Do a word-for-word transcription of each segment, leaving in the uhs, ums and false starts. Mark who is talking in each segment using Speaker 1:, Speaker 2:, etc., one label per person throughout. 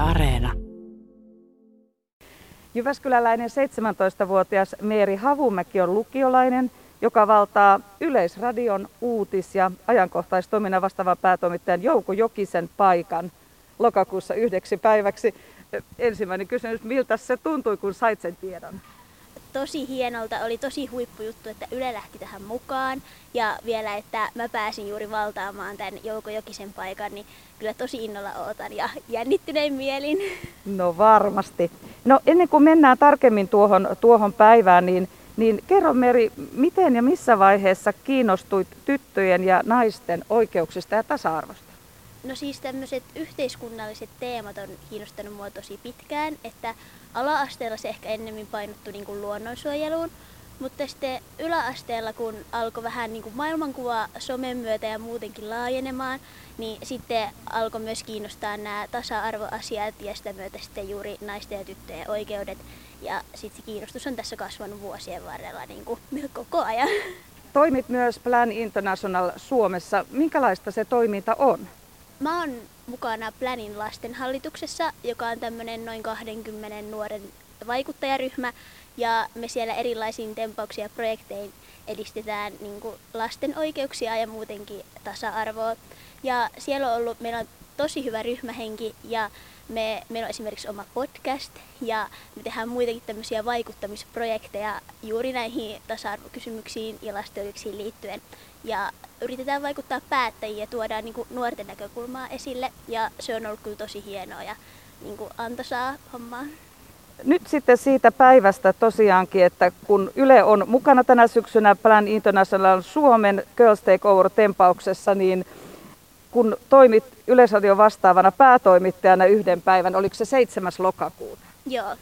Speaker 1: Areena.
Speaker 2: Jyväskyläläinen seitsemäntoistavuotias Meeri Havumäki on lukiolainen, joka valtaa Yleisradion uutis- ja ajankohtaistoiminnan vastaavan päätoimittajan Jouko Jokisen paikan lokakuussa yhdeksi päiväksi. Ensimmäinen kysymys, miltä se tuntui, kun sait sen tiedon?
Speaker 3: Tosi hienolta, oli tosi huippujuttu, että Yle lähti tähän mukaan ja vielä, että mä pääsin juuri valtaamaan tämän Jouko Jokisen paikan, niin kyllä tosi innolla ootan ja jännittynein mielin.
Speaker 2: No varmasti. No ennen kuin mennään tarkemmin tuohon, tuohon päivään, niin, niin kerro Meri, miten ja missä vaiheessa kiinnostuit tyttöjen ja naisten oikeuksista ja tasa-arvosta?
Speaker 3: No siis tämmöiset yhteiskunnalliset teemat on kiinnostanut mua tosi pitkään, että ala-asteella se ehkä ennemmin painottu niin kuin luonnonsuojeluun, mutta sitten yläasteella kun alkoi vähän niin kuin maailmankuva somen myötä ja muutenkin laajenemaan, niin sitten alkoi myös kiinnostaa nämä tasa-arvoasiat ja sitä myötä sitten juuri naisten ja tyttöjen oikeudet. Ja sitten se kiinnostus on tässä kasvanut vuosien varrella niin kuin koko ajan.
Speaker 2: Toimit myös Plan International Suomessa. Minkälaista se toiminta on?
Speaker 3: Mä oon mukana Planin lastenhallituksessa, joka on tämmöinen noin kaksikymmentä nuoren vaikuttajaryhmä. Ja me siellä erilaisiin tempauksia ja projektein edistetään niin kuin lasten oikeuksia ja muutenkin tasa-arvoa. Ja siellä on ollut, meillä on tosi hyvä ryhmähenki ja me, meillä on esimerkiksi oma podcast ja me tehdään muitakin tämmöisiä vaikuttamisprojekteja juuri näihin tasa-arvokysymyksiin ja lasten oikeuksiin liittyen. Ja yritetään vaikuttaa päättäjiin ja tuodaan niin kuin nuorten näkökulmaa esille ja se on ollut kyllä tosi hienoa ja niin kuin antoisaa hommaa.
Speaker 2: Nyt sitten siitä päivästä tosiaankin, että kun Yle on mukana tänä syksynä Plan International Suomen Girls Take Over-tempauksessa, niin kun toimit Yleisradion vastaavana päätoimittajana yhden päivän, oliko se seitsemäs lokakuuta?
Speaker 3: Joo.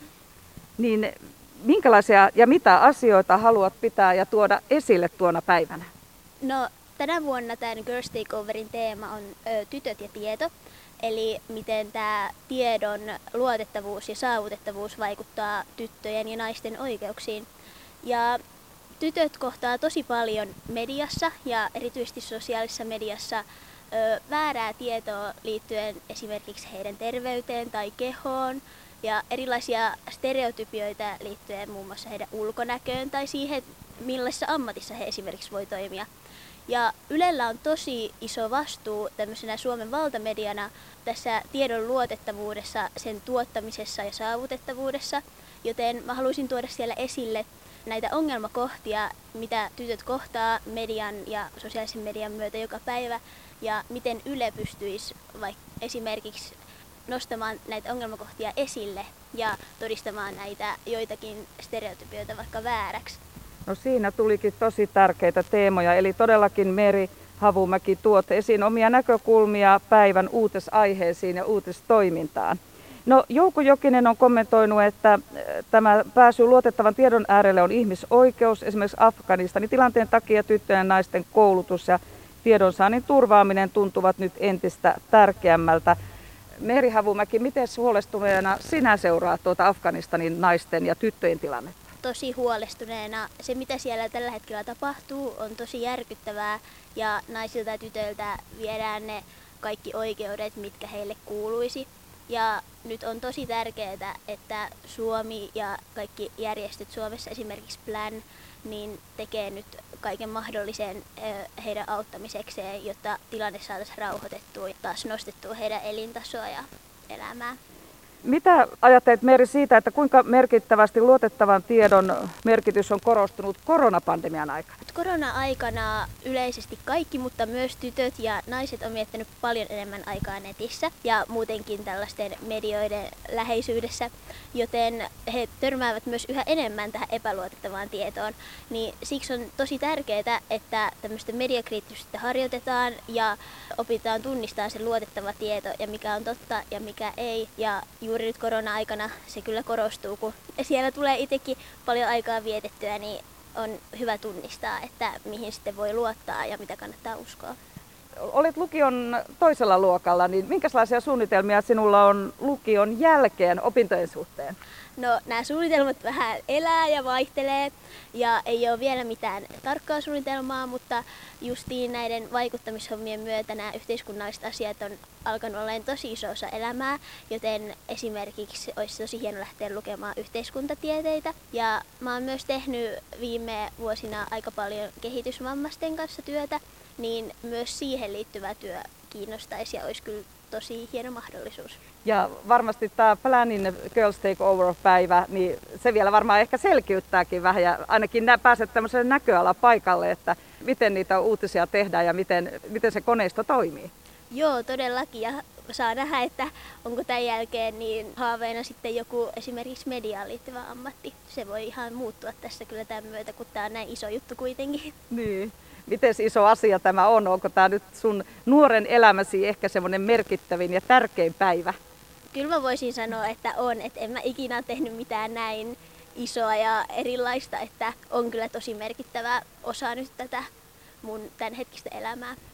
Speaker 2: Niin minkälaisia ja mitä asioita haluat pitää ja tuoda esille tuona päivänä?
Speaker 3: No tänä vuonna tämän Girls Take Overin teema on ö, tytöt ja tieto. Eli miten tämä tiedon luotettavuus ja saavutettavuus vaikuttaa tyttöjen ja naisten oikeuksiin. Ja tytöt kohtaa tosi paljon mediassa ja erityisesti sosiaalisessa mediassa ö, väärää tietoa liittyen esimerkiksi heidän terveyteen tai kehoon ja erilaisia stereotypioita liittyen muun muassa heidän ulkonäköön tai siihen, millaisessa ammatissa he esimerkiksi voi toimia. Ja Ylellä on tosi iso vastuu tämmöisenä Suomen valtamediana tässä tiedon luotettavuudessa, sen tuottamisessa ja saavutettavuudessa, joten mä haluaisin tuoda siellä esille näitä ongelmakohtia, mitä tytöt kohtaa median ja sosiaalisen median myötä joka päivä, ja miten Yle pystyisi vaikka esimerkiksi nostamaan näitä ongelmakohtia esille ja todistamaan näitä joitakin stereotypioita vaikka vääräksi.
Speaker 2: No siinä tulikin tosi tärkeitä teemoja, eli todellakin Meri Havumäki tuot esiin omia näkökulmia päivän uutisaiheisiin ja uutistoimintaan. No Jouko Jokinen on kommentoinut, että tämä pääsy luotettavan tiedon äärelle on ihmisoikeus. Esimerkiksi Afganistanin tilanteen takia tyttöjen ja naisten koulutus ja tiedonsaannin turvaaminen tuntuvat nyt entistä tärkeämmältä. Meri Havumäki, miten huolestuneena sinä seuraat tuota Afganistanin naisten ja tyttöjen tilannetta?
Speaker 3: Tosi huolestuneena. Se, mitä siellä tällä hetkellä tapahtuu, on tosi järkyttävää ja naisilta ja tytöiltä viedään ne kaikki oikeudet, mitkä heille kuuluisi. Ja nyt on tosi tärkeää, että Suomi ja kaikki järjestöt Suomessa, esimerkiksi Plan, niin tekee nyt kaiken mahdollisen heidän auttamisekseen, jotta tilanne saataisiin rauhoitettua ja taas nostettua heidän elintasoa ja elämää.
Speaker 2: Mitä ajattelet Meri siitä, että kuinka merkittävästi luotettavan tiedon merkitys on korostunut koronapandemian aikana?
Speaker 3: Korona-aikana yleisesti kaikki, mutta myös tytöt ja naiset on viettänyt paljon enemmän aikaa netissä ja muutenkin tällaisten medioiden läheisyydessä, joten he törmäävät myös yhä enemmän tähän epäluotettavaan tietoon. Niin siksi on tosi tärkeää, että tämmöistä mediakriittisyyttä harjoitetaan ja opitaan tunnistamaan se luotettava tieto ja mikä on totta ja mikä ei. Ja juuri nyt korona-aikana se kyllä korostuu, kun siellä tulee itsekin paljon aikaa vietettyä, niin on hyvä tunnistaa, että mihin sitten voi luottaa ja mitä kannattaa uskoa.
Speaker 2: Olet lukion toisella luokalla, niin minkälaisia suunnitelmia sinulla on lukion jälkeen opintojen suhteen?
Speaker 3: No, nämä suunnitelmat vähän elää ja vaihtelee ja ei ole vielä mitään tarkkaa suunnitelmaa, mutta justiin näiden vaikuttamishommien myötä nämä yhteiskunnalliset asiat on alkanut olemaan tosi iso osa elämää, joten esimerkiksi olisi tosi hieno lähteä lukemaan yhteiskuntatieteitä. Ja mä oon myös tehnyt viime vuosina aika paljon kehitysvammaisten kanssa työtä, niin myös siihen liittyvä työ kiinnostaisi ja olisi kyllä tosi hieno mahdollisuus.
Speaker 2: Ja varmasti tämä Planin Girls Take Over-päivä, niin se vielä varmaan ehkä selkiyttääkin vähän ja ainakin nää pääset tämmöiselle näköalapaikalle, että miten niitä uutisia tehdään ja miten, miten se koneisto toimii.
Speaker 3: Joo, todellakin. Ja saa nähdä, että onko tämän jälkeen niin haaveena sitten joku esimerkiksi mediaan liittyvä ammatti. Se voi ihan muuttua tässä kyllä tämän myötä, kun tämä on näin iso juttu kuitenkin.
Speaker 2: Niin. Miten iso asia tämä on? Onko tämä nyt sun nuoren elämäsi ehkä semmoinen merkittävin ja tärkein päivä?
Speaker 3: Kyllä mä voisin sanoa, että on. Että en mä ikinä ole tehnyt mitään näin isoa ja erilaista, että on kyllä tosi merkittävä osa nyt tätä mun tämänhetkistä elämää.